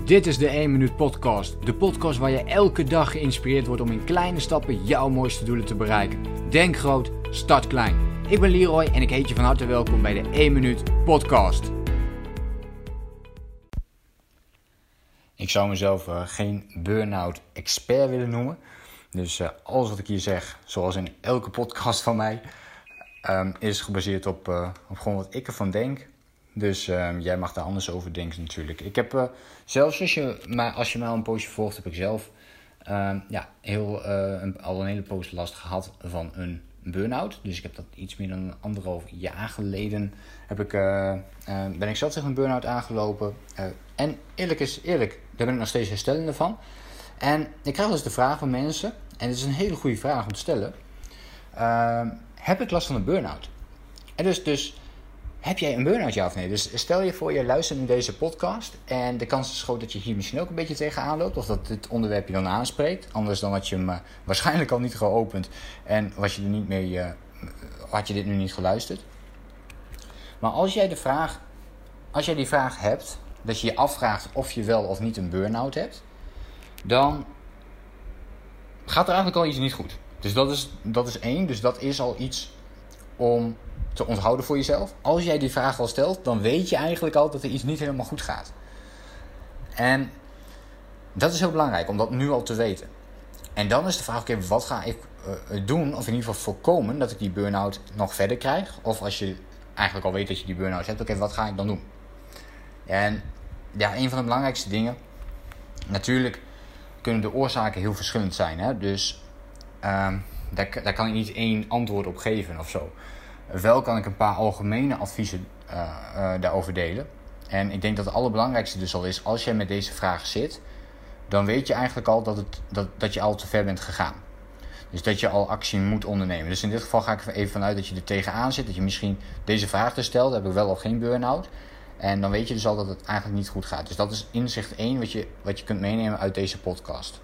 Dit is de 1 Minuut Podcast. De podcast waar je elke dag geïnspireerd wordt om in kleine stappen jouw mooiste doelen te bereiken. Denk groot, start klein. Ik ben Leroy en ik heet je van harte welkom bij de 1 Minuut Podcast. Ik zou mezelf geen burn-out expert willen noemen. Dus alles wat ik hier zeg, zoals in elke podcast van mij, is gebaseerd op gewoon wat ik ervan denk. Dus jij mag daar anders over denken natuurlijk. Ik heb zelfs, als je mij al een poosje volgt, heb ik zelf al een hele poos last gehad van een burn-out. Dus ik heb dat iets meer dan 1,5 jaar geleden ben ik zelf tegen een burn-out aangelopen. En eerlijk is eerlijk, daar ben ik nog steeds herstellende van. En ik krijg dus de vraag van mensen, en het is een hele goede vraag om te stellen. Heb ik last van een burn-out? En dus heb jij een burn-out, ja of nee? Dus stel je voor, je luistert in deze podcast en de kans is groot dat je hier misschien ook een beetje tegenaan loopt, of dat dit onderwerp je dan aanspreekt. Anders dan had je hem waarschijnlijk al niet geopend en was je er niet mee, had je dit nu niet geluisterd. Maar als jij die vraag hebt, dat je je afvraagt of je wel of niet een burn-out hebt, dan gaat er eigenlijk al iets niet goed. Dus dat is 1, dus dat is al iets om te onthouden voor jezelf. Als jij die vraag al stelt, dan weet je eigenlijk al dat er iets niet helemaal goed gaat. En dat is heel belangrijk om dat nu al te weten. En dan is de vraag, oké, wat ga ik doen, of in ieder geval voorkomen dat ik die burn-out nog verder krijg? Of als je eigenlijk al weet dat je die burn-out hebt, oké, wat ga ik dan doen? En ja, een van de belangrijkste dingen, natuurlijk kunnen de oorzaken heel verschillend zijn. Hè? Dus daar kan ik niet 1 antwoord op geven of zo. Wel kan ik een paar algemene adviezen daarover delen. En ik denk dat het allerbelangrijkste dus al is, als jij met deze vraag zit, dan weet je eigenlijk al dat je al te ver bent gegaan. Dus dat je al actie moet ondernemen. Dus in dit geval ga ik er even vanuit dat je er tegenaan zit, dat je misschien deze vraag dus stelt, heb ik wel of geen burn-out? En dan weet je dus al dat het eigenlijk niet goed gaat. Dus dat is inzicht 1 wat je kunt meenemen uit deze podcast.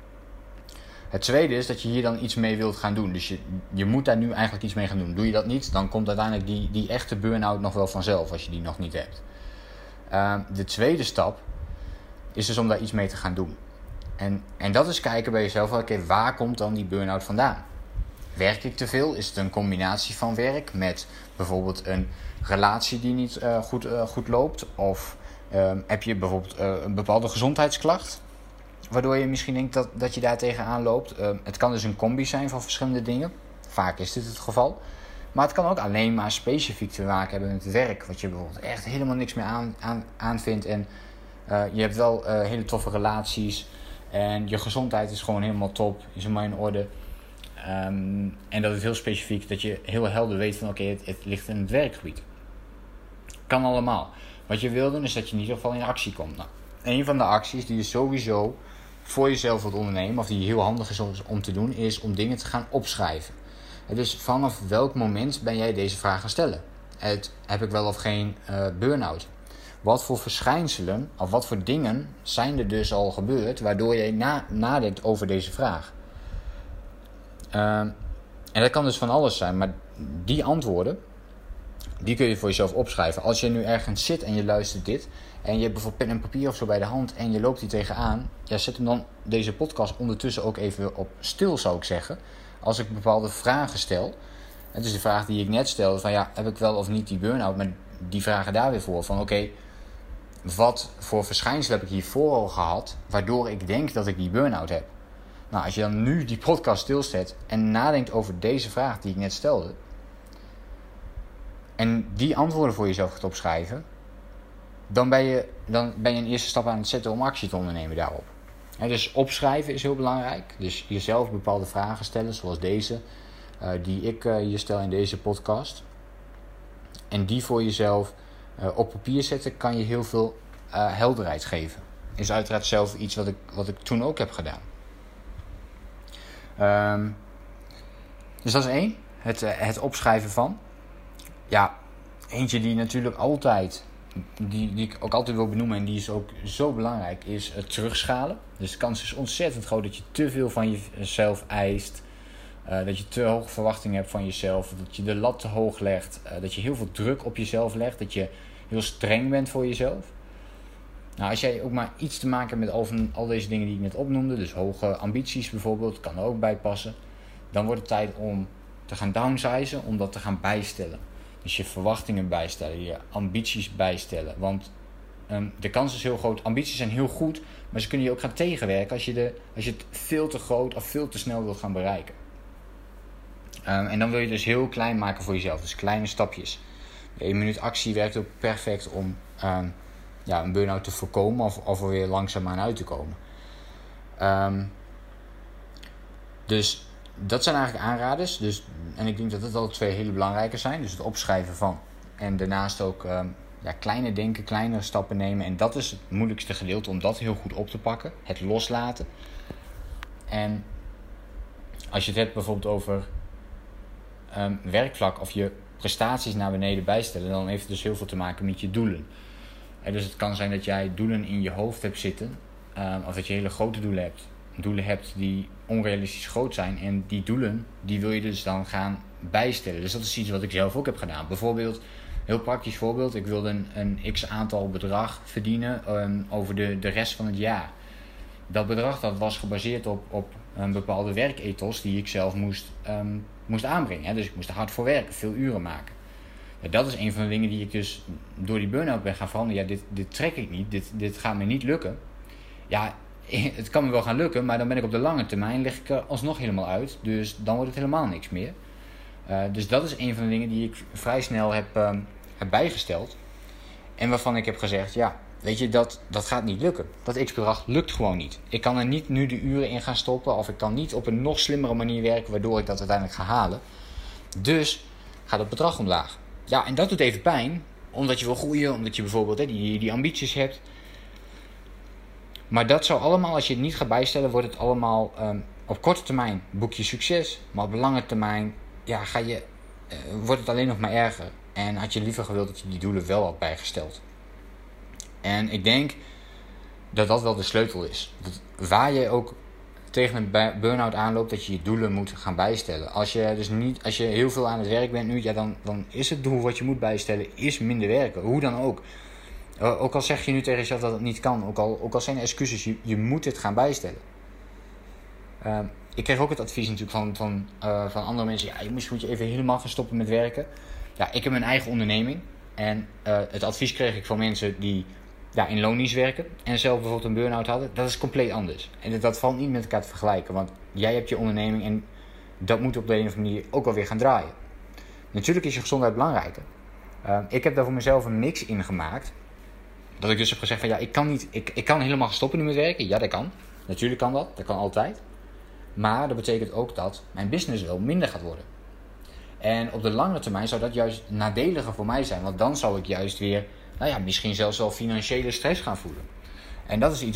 Het tweede is dat je hier dan iets mee wilt gaan doen. Dus je moet daar nu eigenlijk iets mee gaan doen. Doe je dat niet, dan komt uiteindelijk die echte burn-out nog wel vanzelf als je die nog niet hebt. De tweede stap is dus om daar iets mee te gaan doen. En dat is kijken bij jezelf, oké, waar komt dan die burn-out vandaan? Werk ik te veel? Is het een combinatie van werk met bijvoorbeeld een relatie die niet goed loopt? Of heb je bijvoorbeeld een bepaalde gezondheidsklacht, waardoor je misschien denkt dat je daar tegenaan loopt? Het kan dus een combi zijn van verschillende dingen. Vaak is dit het geval. Maar het kan ook alleen maar specifiek te maken hebben met het werk, wat je bijvoorbeeld echt helemaal niks meer aan vindt. En je hebt wel hele toffe relaties en je gezondheid is gewoon helemaal top, is helemaal in orde. En dat is heel specifiek, dat je heel helder weet van oké, het ligt in het werkgebied. Kan allemaal. Wat je wil doen is dat je in ieder geval in actie komt. Nou, een van de acties die je sowieso voor jezelf wilt ondernemen, of die heel handig is om te doen, is om dingen te gaan opschrijven. Dus vanaf welk moment ben jij deze vraag gaan stellen? Heb ik wel of geen burn-out? Wat voor verschijnselen of wat voor dingen zijn er dus al gebeurd waardoor jij nadenkt over deze vraag? En dat kan dus van alles zijn, maar die antwoorden, die kun je voor jezelf opschrijven. Als je nu ergens zit en je luistert dit, en je hebt bijvoorbeeld pen en papier of zo bij de hand en je loopt hier tegenaan, ja, zet hem dan deze podcast ondertussen ook even op stil, zou ik zeggen. Als ik bepaalde vragen stel, het is de vraag die ik net stelde, van ja, heb ik wel of niet die burn-out, maar die vragen daar weer voor, van oké, wat voor verschijnselen heb ik hiervoor al gehad, waardoor ik denk dat ik die burn-out heb? Nou, als je dan nu die podcast stilzet en nadenkt over deze vraag die ik net stelde, en die antwoorden voor jezelf gaat opschrijven, dan ben je een eerste stap aan het zetten om actie te ondernemen daarop. Dus opschrijven is heel belangrijk. Dus jezelf bepaalde vragen stellen, zoals deze, die ik je stel in deze podcast. En die voor jezelf op papier zetten, kan je heel veel helderheid geven. Is uiteraard zelf iets wat ik toen ook heb gedaan. Dus dat is 1. Het opschrijven van. Ja, eentje die natuurlijk altijd, die ik ook altijd wil benoemen en die is ook zo belangrijk, is het terugschalen. Dus de kans is ontzettend groot dat je te veel van jezelf eist. Dat je te hoge verwachtingen hebt van jezelf. Dat je de lat te hoog legt. Dat je heel veel druk op jezelf legt. Dat je heel streng bent voor jezelf. Nou, als jij ook maar iets te maken hebt met al deze dingen die ik net opnoemde, dus hoge ambities bijvoorbeeld, kan er ook bij passen, dan wordt het tijd om te gaan downsizen, om dat te gaan bijstellen. Dus je verwachtingen bijstellen, je ambities bijstellen. Want de kans is heel groot, ambities zijn heel goed, maar ze kunnen je ook gaan tegenwerken als je het veel te groot of veel te snel wilt gaan bereiken. En dan wil je dus heel klein maken voor jezelf, dus kleine stapjes. De 1 minuut actie werkt ook perfect om een burn-out te voorkomen of er weer langzaamaan uit te komen. Dus dat zijn eigenlijk aanraders. En ik denk dat het al 2 hele belangrijke zijn. Dus het opschrijven van. En daarnaast ook kleine denken, kleinere stappen nemen. En dat is het moeilijkste gedeelte om dat heel goed op te pakken. Het loslaten. En als je het hebt bijvoorbeeld over werkvlak of je prestaties naar beneden bijstellen, dan heeft het dus heel veel te maken met je doelen. Dus het kan zijn dat jij doelen in je hoofd hebt zitten, of dat je hele grote doelen hebt die onrealistisch groot zijn. En die doelen, die wil je dus dan gaan bijstellen. Dus dat is iets wat ik zelf ook heb gedaan. Bijvoorbeeld, heel praktisch voorbeeld, ik wilde een x-aantal bedrag verdienen over de rest van het jaar. Dat bedrag dat was gebaseerd op een bepaalde werkethos die ik zelf moest aanbrengen. Dus ik moest er hard voor werken, veel uren maken. Ja, dat is een van de dingen die ik dus door die burn-out ben gaan veranderen. Ja, dit trek ik niet, dit gaat me niet lukken. Ja, het kan me wel gaan lukken, maar dan ben ik op de lange termijn, leg ik er alsnog helemaal uit. Dus dan wordt het helemaal niks meer. Dus dat is een van de dingen die ik vrij snel heb bijgesteld. En waarvan ik heb gezegd, ja, weet je, dat gaat niet lukken. Dat x-bedrag lukt gewoon niet. Ik kan er niet nu de uren in gaan stoppen, of ik kan niet op een nog slimmere manier werken, waardoor ik dat uiteindelijk ga halen. Dus gaat het bedrag omlaag. Ja, en dat doet even pijn, omdat je wil groeien, omdat je bijvoorbeeld die ambities hebt. Maar dat zou allemaal, als je het niet gaat bijstellen, wordt het allemaal op korte termijn boek je succes. Maar op lange termijn wordt het alleen nog maar erger. En had je liever gewild dat je die doelen wel had bijgesteld. En ik denk dat dat wel de sleutel is. Dat waar je ook tegen een burn-out aanloopt, dat je je doelen moet gaan bijstellen. Als je heel veel aan het werk bent nu, ja, dan is het doel wat je moet bijstellen, is minder werken. Hoe dan ook. Ook al zeg je nu tegen jezelf dat het niet kan, ook al zijn er excuses, je moet het gaan bijstellen. Ik kreeg ook het advies natuurlijk van andere mensen. Ja, je moet je even helemaal gaan stoppen met werken. Ja, ik heb mijn eigen onderneming. En het advies kreeg ik van mensen die in loondienst werken en zelf bijvoorbeeld een burn-out hadden. Dat is compleet anders. En dat valt niet met elkaar te vergelijken. Want jij hebt je onderneming en dat moet op de een of andere manier ook alweer gaan draaien. Natuurlijk is je gezondheid belangrijker. Ik heb daar voor mezelf een mix in gemaakt. Dat ik dus heb gezegd van ja, ik kan helemaal stoppen nu met werken. Ja, dat kan. Natuurlijk kan dat. Dat kan altijd. Maar dat betekent ook dat mijn business wel minder gaat worden. En op de lange termijn zou dat juist nadeliger voor mij zijn. Want dan zou ik juist weer, misschien zelfs wel financiële stress gaan voelen. En dat is iets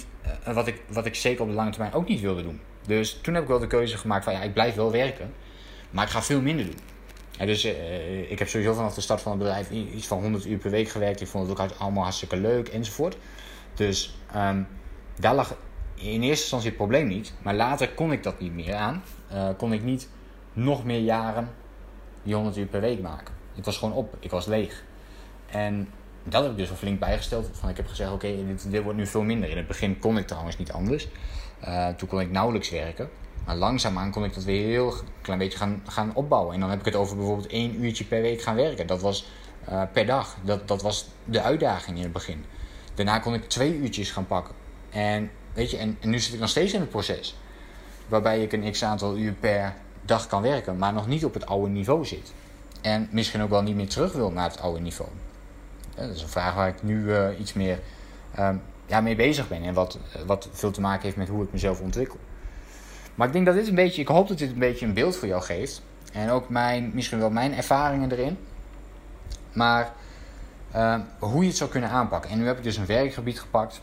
wat ik zeker op de lange termijn ook niet wilde doen. Dus toen heb ik wel de keuze gemaakt van ik blijf wel werken. Maar ik ga veel minder doen. En dus ik heb sowieso vanaf de start van het bedrijf iets van 100 uur per week gewerkt. Ik vond het ook allemaal hartstikke leuk enzovoort. Dus daar lag in eerste instantie het probleem niet. Maar later kon ik dat niet meer aan. Kon ik niet nog meer jaren die 100 uur per week maken. Ik was gewoon op. Ik was leeg. En dat heb ik dus al flink bijgesteld. Ik heb gezegd, oké, dit wordt nu veel minder. In het begin kon ik trouwens niet anders. Toen kon ik nauwelijks werken. Maar langzaamaan kon ik dat weer heel klein beetje gaan opbouwen. En dan heb ik het over bijvoorbeeld 1 uurtje per week gaan werken. Dat was per dag. Dat was de uitdaging in het begin. Daarna kon ik 2 uurtjes gaan pakken. En weet je, en nu zit ik nog steeds in het proces. Waarbij ik een x-aantal uur per dag kan werken. Maar nog niet op het oude niveau zit. En misschien ook wel niet meer terug wil naar het oude niveau. Dat is een vraag waar ik nu iets meer mee bezig ben. En wat veel te maken heeft met hoe ik mezelf ontwikkel. Maar ik denk dat ik hoop dat dit een beetje een beeld voor jou geeft. En ook misschien wel mijn ervaringen erin. Maar hoe je het zou kunnen aanpakken. En nu heb ik dus een werkgebied gepakt.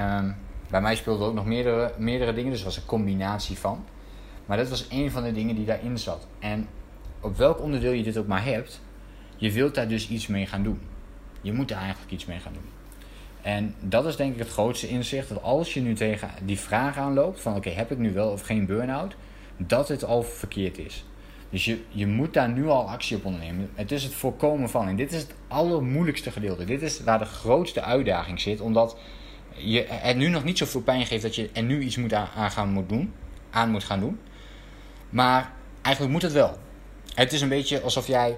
Bij mij speelden ook nog meerdere dingen. Dus het was een combinatie van. Maar dat was een van de dingen die daarin zat. En op welk onderdeel je dit ook maar hebt. Je wilt daar dus iets mee gaan doen. Je moet daar eigenlijk iets mee gaan doen. En dat is denk ik het grootste inzicht. Dat als je nu tegen die vraag aanloopt. Van oké, heb ik nu wel of geen burn-out. Dat het al verkeerd is. Dus je moet daar nu al actie op ondernemen. Het is het voorkomen van. En dit is het allermoeilijkste gedeelte. Dit is waar de grootste uitdaging zit. Omdat je het nu nog niet zoveel pijn geeft dat je er nu iets moet aan moet gaan doen. Maar eigenlijk moet het wel. Het is een beetje alsof jij...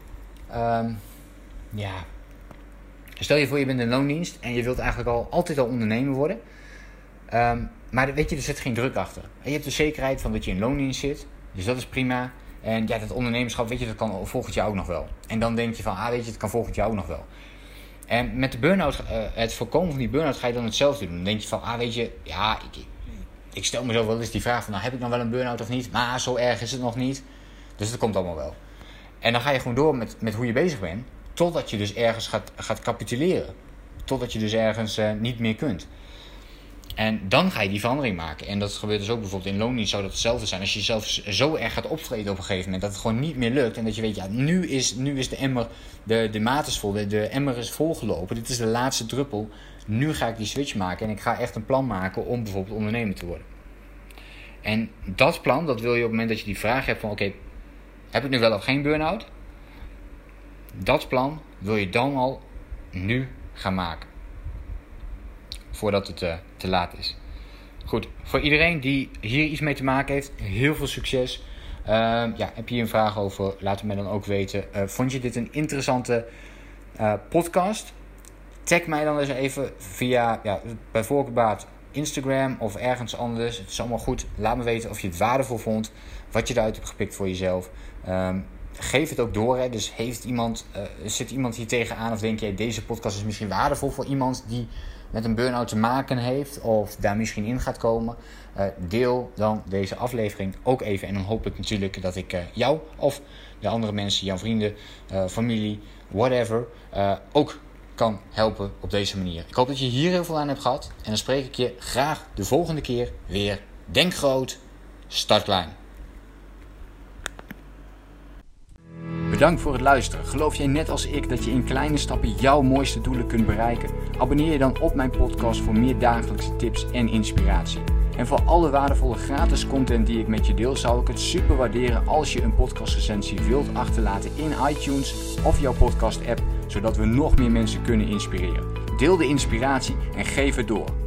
Stel je voor, je bent in loondienst en je wilt eigenlijk altijd al ondernemer worden. Maar weet je, er zit geen druk achter. En je hebt de zekerheid van dat je in loondienst zit. Dus dat is prima. En ja, dat ondernemerschap, weet je, dat kan volgend jaar ook nog wel. En dan denk je van, weet je, het kan volgend jaar ook nog wel. En met de burn-out, het voorkomen van die burn-out ga je dan hetzelfde doen. Dan denk je van, weet je, ja, ik stel mezelf wel eens die vraag van, heb ik dan wel een burn-out of niet? Maar zo erg is het nog niet. Dus dat komt allemaal wel. En dan ga je gewoon door met hoe je bezig bent. Totdat je dus ergens gaat capituleren. Totdat je dus ergens niet meer kunt. En dan ga je die verandering maken. En dat gebeurt dus ook bijvoorbeeld in loondienst, zou dat hetzelfde zijn. Als je jezelf zo erg gaat opvreten op een gegeven moment, dat het gewoon niet meer lukt. En dat je weet, ja, nu is de emmer, de maat is vol, de emmer is volgelopen. Dit is de laatste druppel. Nu ga ik die switch maken en ik ga echt een plan maken om bijvoorbeeld ondernemer te worden. En dat plan, dat wil je op het moment dat je die vraag hebt van, oké, heb ik nu wel of geen burn-out? Dat plan wil je dan al nu gaan maken. Voordat het te laat is. Goed, voor iedereen die hier iets mee te maken heeft, heel veel succes. Heb je hier een vraag over? Laat het mij dan ook weten. Vond je dit een interessante podcast? Tag mij dan eens even via bij voorbaat Instagram of ergens anders. Het is allemaal goed. Laat me weten of je het waardevol vond. Wat je eruit hebt gepikt voor jezelf. Geef het ook door. Hè. Dus zit iemand hier tegenaan of denk je, deze podcast is misschien waardevol voor iemand die met een burn-out te maken heeft of daar misschien in gaat komen. Deel dan deze aflevering ook even. En dan hoop ik natuurlijk dat ik jou of de andere mensen, jouw vrienden, familie, whatever, ook kan helpen op deze manier. Ik hoop dat je hier heel veel aan hebt gehad. En dan spreek ik je graag de volgende keer weer. Denk groot, start klein. Bedankt voor het luisteren. Geloof jij net als ik dat je in kleine stappen jouw mooiste doelen kunt bereiken? Abonneer je dan op mijn podcast voor meer dagelijkse tips en inspiratie. En voor alle waardevolle gratis content die ik met je deel, zou ik het super waarderen als je een podcastrecensie wilt achterlaten in iTunes of jouw podcast app, zodat we nog meer mensen kunnen inspireren. Deel de inspiratie en geef het door.